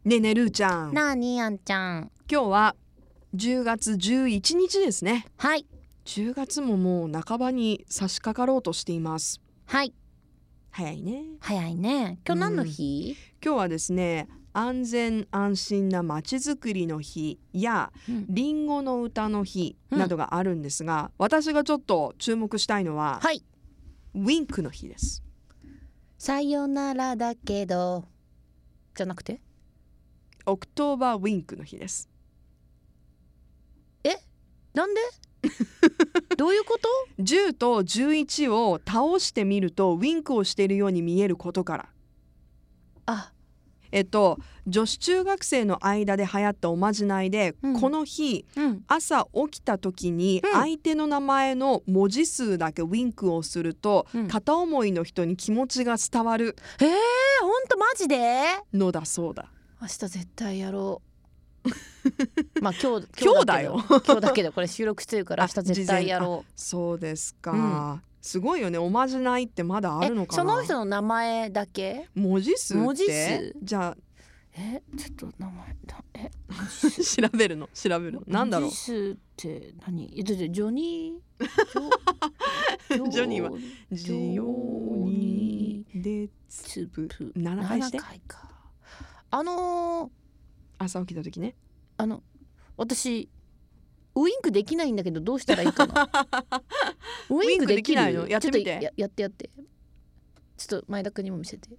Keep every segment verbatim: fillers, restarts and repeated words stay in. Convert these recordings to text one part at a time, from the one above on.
ねえねえるーちゃん、 なあにあんちゃん。 今日はじゅうがつじゅういちにちですね。 はい。 じゅうがつももう半ばに差し掛かろうとしています。 はい。 早いね。 早いね。今日何の日？ 今日はですね、安全安心なまちづくりの日や、 うん、 リンゴの歌の日などがあるんですが、うん、私がちょっと注目したいのは、 はい、 ウィンクの日です。 さよならだけどじゃなくてオクトーバーウィンクの日です。 え、なんでどういうこと？ じゅうとじゅういちを倒してみるとウィンクをしているように見えることから。 あ、 えっと女子中学生の間で流行ったおまじないで、 うん、 この日、うん、朝起きた時にうん、 相手の名前の文字数だけウィンクをすると、うん、片思いの人に気持ちが伝わる。 えー、ほんとマジでのだそうだ。 明日絶対やろうまあ今日今日だよ今日だけどこれ収録してるから明日絶対やろう。 そうですか、うん、すごいよね。おまじないってまだあるのかな。 その人の名前だけ？ 文字数って文字数？ じゃあえ、ちょっと名前だえ調べるの調べるのなんだろう。 文字数って何？え、だってジョニージョニーはジョニーでつぶななかいして。 ななかいか。あのー、 朝起きた時ね。 あの私ウインクできないんだけどどうしたらいいかなウインクできないの？やってみて。ちょっと や, やってやってちょっと前田君にも見せて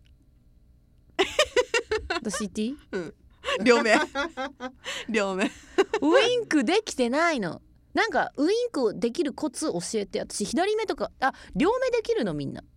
私言っていい？ うん、両目両目ウインクできてないの。なんかウインクできるコツ教えて。私左目とか、あ、両目できるの？みんな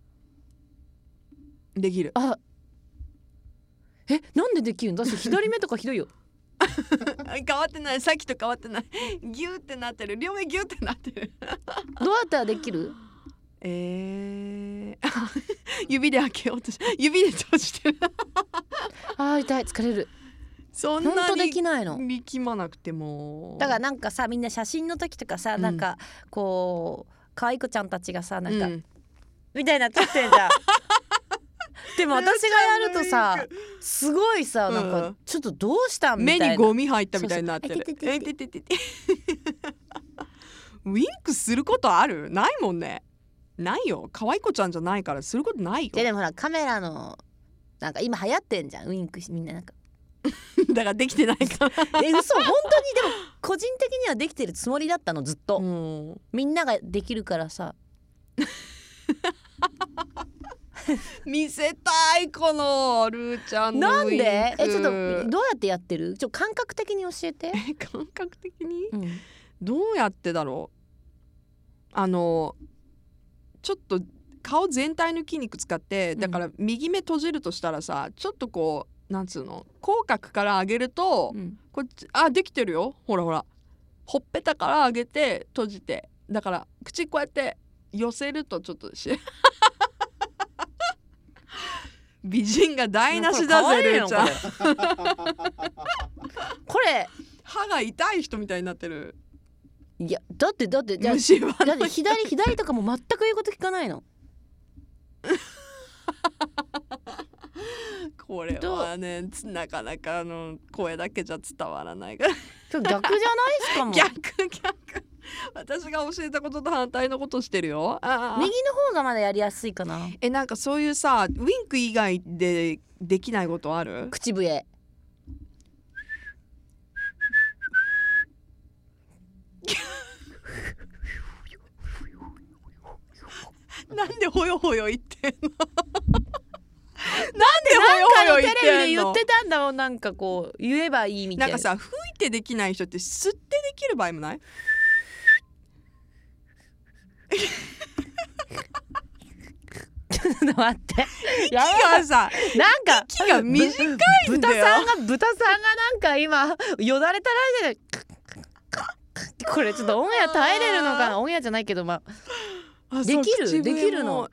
できる。 あ、え、なんでできるの？私左目とかひどいよ変わってない。さっきと変わってない。ギューってなってる。両目ギューってなってるどうやったらできる？ えー、指で開けようとし指で閉じてるあー痛い、疲れる。 そんなにほんとできないの。 力まなくても。 だからなんかさ、みんな写真の時とかさ、うん、なんかこう可愛い子ちゃんたちがさなんか、うん、みたいな撮ってんじゃんでも私がやるとさすごいさ、なんかちょっとどうしたんみたいな、 目にゴミ入ったみたいになってる。ウィンクすることある？ないもんね。ないよ。可愛い子ちゃんじゃないからすることないよ。 で, でもほらカメラのなんか今流行ってんじゃん、ウインクみんななんかだからできてないからえ、嘘？本当に？でも個人的にはできてるつもりだったのずっと、うん、みんなができるからさ見せたいこのルーちゃんのウインク。 なんで？え、ちょっとどうやってやってる？ちょっと感覚的に教えて。 え、感覚的に、うん、どうやってだろう。あのちょっと顔全体の筋肉使って、だから右目閉じるとしたらさ、ちょっとこうなんつうの、口角から上げると、うん、こっち、あ、できてるよ。ほらほら、ほっぺたから上げて閉じて、だから口こうやって寄せるとちょっとし美人が台無しだぜルーちゃんこれ歯が痛い人みたいになってる。 いやだってだってじゃあだって左左とかも全く言うこと聞かないのこれはね、なかなかあの声だけじゃ伝わらないから逆じゃないですかも。 逆逆私が教えたことと反対のことしてるよ。あ、 右の方がまだやりやすいかな。 え、なんかそういうさ、ウィンク以外でできないことある？ 口笛なんでほよほよ言ってんのなんでほよほよ言ってんの？なんかのテレビで言ってたんだもん。なんかこう言えばいいみたいな。 なんかさ、吹いてできない人って吸ってできる場合もない？ ちょっと待って息がさ、 なんか息が短いんだよ。 豚さんが豚さんがなんか今よだれたらいでこれちょっとオンエア耐えれるのかな。オンエアじゃないけど、まあできるできるの本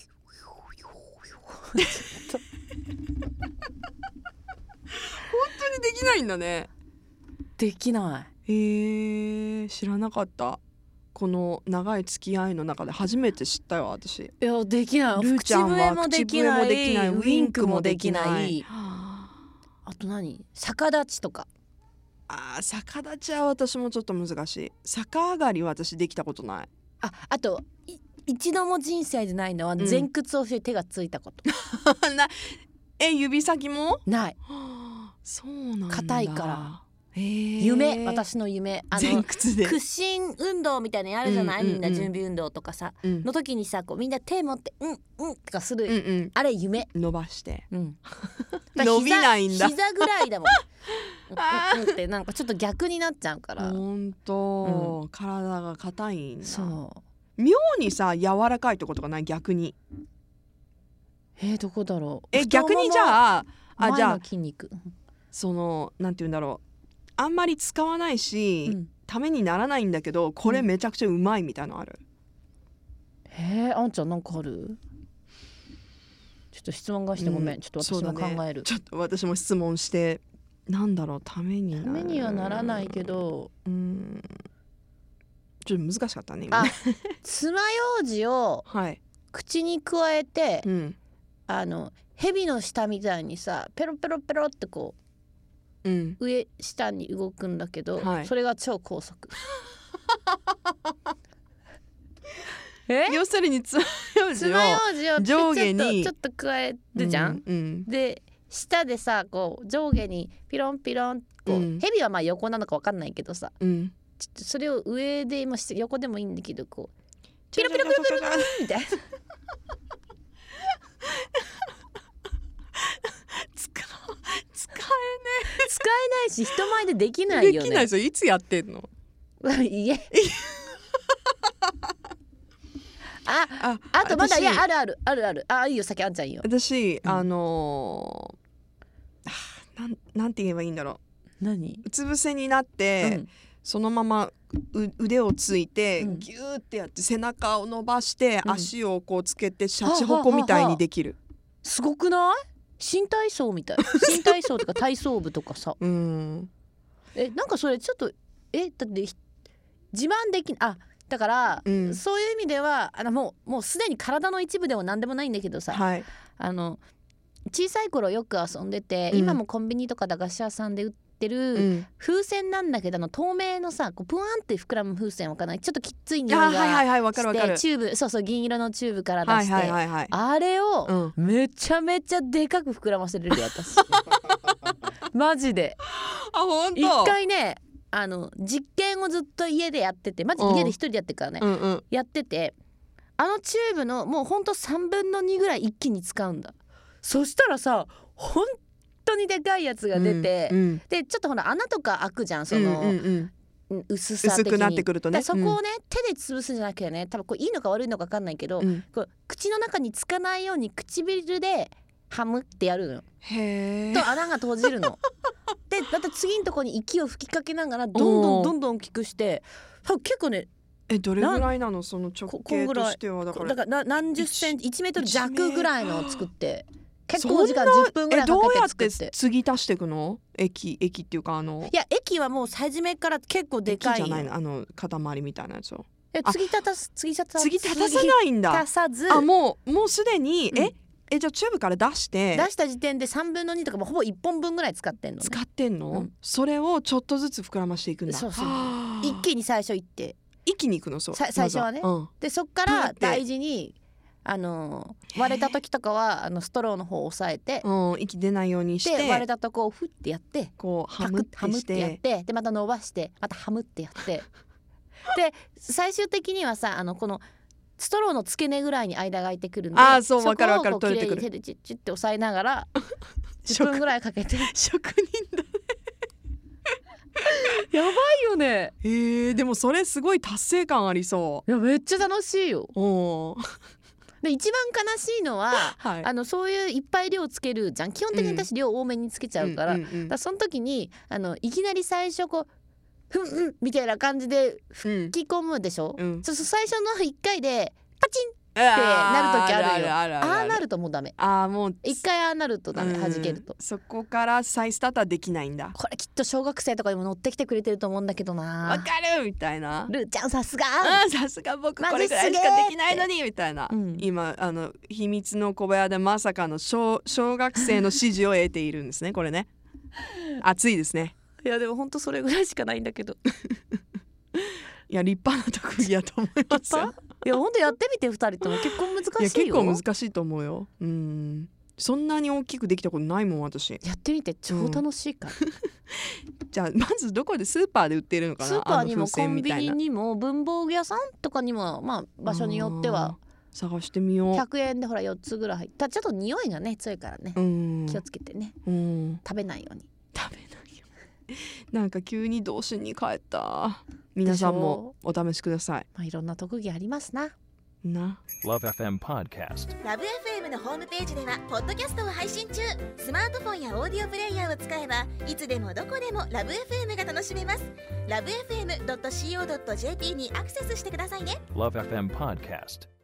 当にできないんだね。 できない。 えー、知らなかった。この長い付き合いの中で初めて知ったよ私。いやできない。 ルーちゃんは口笛もできない、ウインクもできない。あと何逆立ちとか。 あー逆立ちは私もちょっと難しい。逆上がりは私できたことない。 ああと一度も人生でないのは前屈をして手がついたこと、 うん、なえ指先もない。 そうなんだ。 硬いから。 へー夢、私の夢、あの前屈で屈伸運動みたいなのやるじゃない、 うんうんうん、 みんな準備運動とかさ、うん、の時にさこうみんな手持ってうんうんとかする、 うんうん、 あれ夢。 伸ばして、 うん、 伸びないんだ。 膝ぐらいだもんうんうんってなんかちょっと逆になっちゃうから。 ほんと、うん、体が硬いんだ。 そう妙にさ柔らかいってことがない。逆にえー、どこだろう。 え逆にじゃああじゃあ筋肉そのなんて言うんだろう、あんまり使わないし、うん、ためにならないんだけどこれめちゃくちゃうまいみたいなのある？ へえ、あんちゃんなんかある？ちょっと質問がしてごめん、うん、ちょっと私も考える、 ね、ちょっと私も質問してなんだろう、ためになる、 ためにはならないけど、 うん、ちょっと難しかったね今ね。 爪楊枝を口にくわえて、はい、あの蛇の舌みたいにさペロペロペロってこう、うん、上下に動くんだけど、はい、それが超高速。え要するに爪楊枝を上下にちょっと加えるじゃん、うんうん、で下でさこう上下にピロンピロンこう、うん、蛇はまあ横なのか分かんないけどさ、うん、ちょっとそれを上でも横でもいいんだけどこうピロピロピロピロピロみたいな。 使えね使えないし人前でできないよね。 できないですよ。いつやってんの？ いえあ, あ, あとまだいやあるあるあるあるあいいよ先あんちゃんいいよ。 私、うん、あのー、なん、なんて言えばいいんだろう。何？ うつ伏せになって、うん、そのまま腕をついて、うん、ギューってやって背中を伸ばして、うん、足をこうつけてシャチホコみたいにできる。 ははははすごくない？新体操みたい。新体操とか体操部とかさ。うんえなんかそれちょっとえだって自慢できあだから、うん、そういう意味ではあのもうもうすでに体の一部でも何でもないんだけどさ、はい、あの小さい頃よく遊んでて、うん、今もコンビニとか駄菓子屋さんで売ってる風船なんだけど、あの透明のさこうプワンって膨らむ風船わかんないちょっときつい匂いがして、はいはいはい、わかるわかるチューブそうそう銀色のチューブから出して、はいはいはいはい、あれをめちゃめちゃでかく膨らませれるよ私。マジで。 あ本当。 一回ねあの実験をずっと家でやっててマジ家で一人でやってるからね、うんうん、やっててあのチューブのもうほんとさんぶんのにぐらい一気に使うんだ。そしたらさ本当にでかいやつが出て、うんうん、でちょっとほら穴とか開くじゃんその、うんうんうん、薄さ的に薄くなってくるとねそこをね、うん、手で潰すんじゃなくてね多分これいいのか悪いのか分かんないけど、うん、こう口の中につかないように唇でハムってやるのよ。へーと穴が閉じるの。でまた次のとこに息を吹きかけながらどんどんどんどん大きくして結構ねえどれぐらいなのその直径としてはだからだから何十センチいちメートル弱ぐらいのを作って結構時間じゅっぷんぐらいかけて作ってえどうやって継ぎ足していくの液液っていうかあのいや液はもう初めから結構でかい液じゃないのあの塊みたいなやつをえ継ぎ立たす継ぎ立た継ぎ立たさないんだ継ぎ立たさずあもうもうすでに、うん、ええじゃあチューブから出して出した時点でさんぶんのにとかもほぼいっぽんぶんぐらい使ってんの、ね、 使ってんの、うん、それをちょっとずつ膨らましていくんだ。 そうそう一気に最初いって一気にいくのそう最初はね、うん、でそっから大事にあの割れた時とかはあのストローの方を押さえて、 うん、息出ないようにしてで割れたとこをフッてやってこうハムってしてやってでまた伸ばしてまたハムってやってで最終的にはさあのこのストローの付け根ぐらいに間が空いてくるんであそう分かる分かる取れてくる手でチッチッって押さえながらじゅっぷんぐらいかけて職人だねやばいよね。 えー、でもそれすごい達成感ありそう。 いやめっちゃ楽しいよ。おで一番悲しいのは、はい、あのそういういっぱい量つけるじゃん基本的に私量多めにつけちゃうから、うんうんうんうん、だからその時にあのいきなり最初こうふんふんみたいな感じで吹き込むでしょ、うん、そうそう最初のいっかいでパチンってなる時あるよ。ああなるともうダメ。あもう一回ああなるとダメ、弾けると。 そこから再スタートはできないんだ。 これきっと小学生とかにも乗ってきてくれてると思うんだけどな。 わかるみたいな。 ルーちゃんさすが。 さすが僕これぐらいしかできないのにみたいな、うん、今あの秘密の小部屋でまさかの 小, 小学生の指示を得ているんですねこれね。 暑いですね。 いやでもほんとそれぐらいしかないんだけどいや立派な特技やと思いますよ。 いやほんとやってみてふたりとも結構難しいよ。 いや結構難しいと思うよ。うん、そんなに大きくできたことないもん私。 やってみて超楽しいから、うん、 じゃあまずどこでスーパーで売ってるのかな。 スーパーにもコンビニにも文房具屋さんとかにもまあ場所によっては探してみよう。 ひゃくえんでほらよっつぐらい入った。ちょっと匂いがね強いからね、うん、気をつけてね、うん、食べないように食べないようになんか急に童心に帰った。皆さんもお試しください。 まあ、いろんな特技ありますな。 な Love エフエム Podcast。 ラブ エフエム のホームページではポッドキャストを配信中。スマートフォンやオーディオプレイヤーを使えばいつでもどこでもラブ エフエム が楽しめます。ラブ エフエムドットシーオードットジェーピー にアクセスしてくださいね。 Love エフエム Podcast。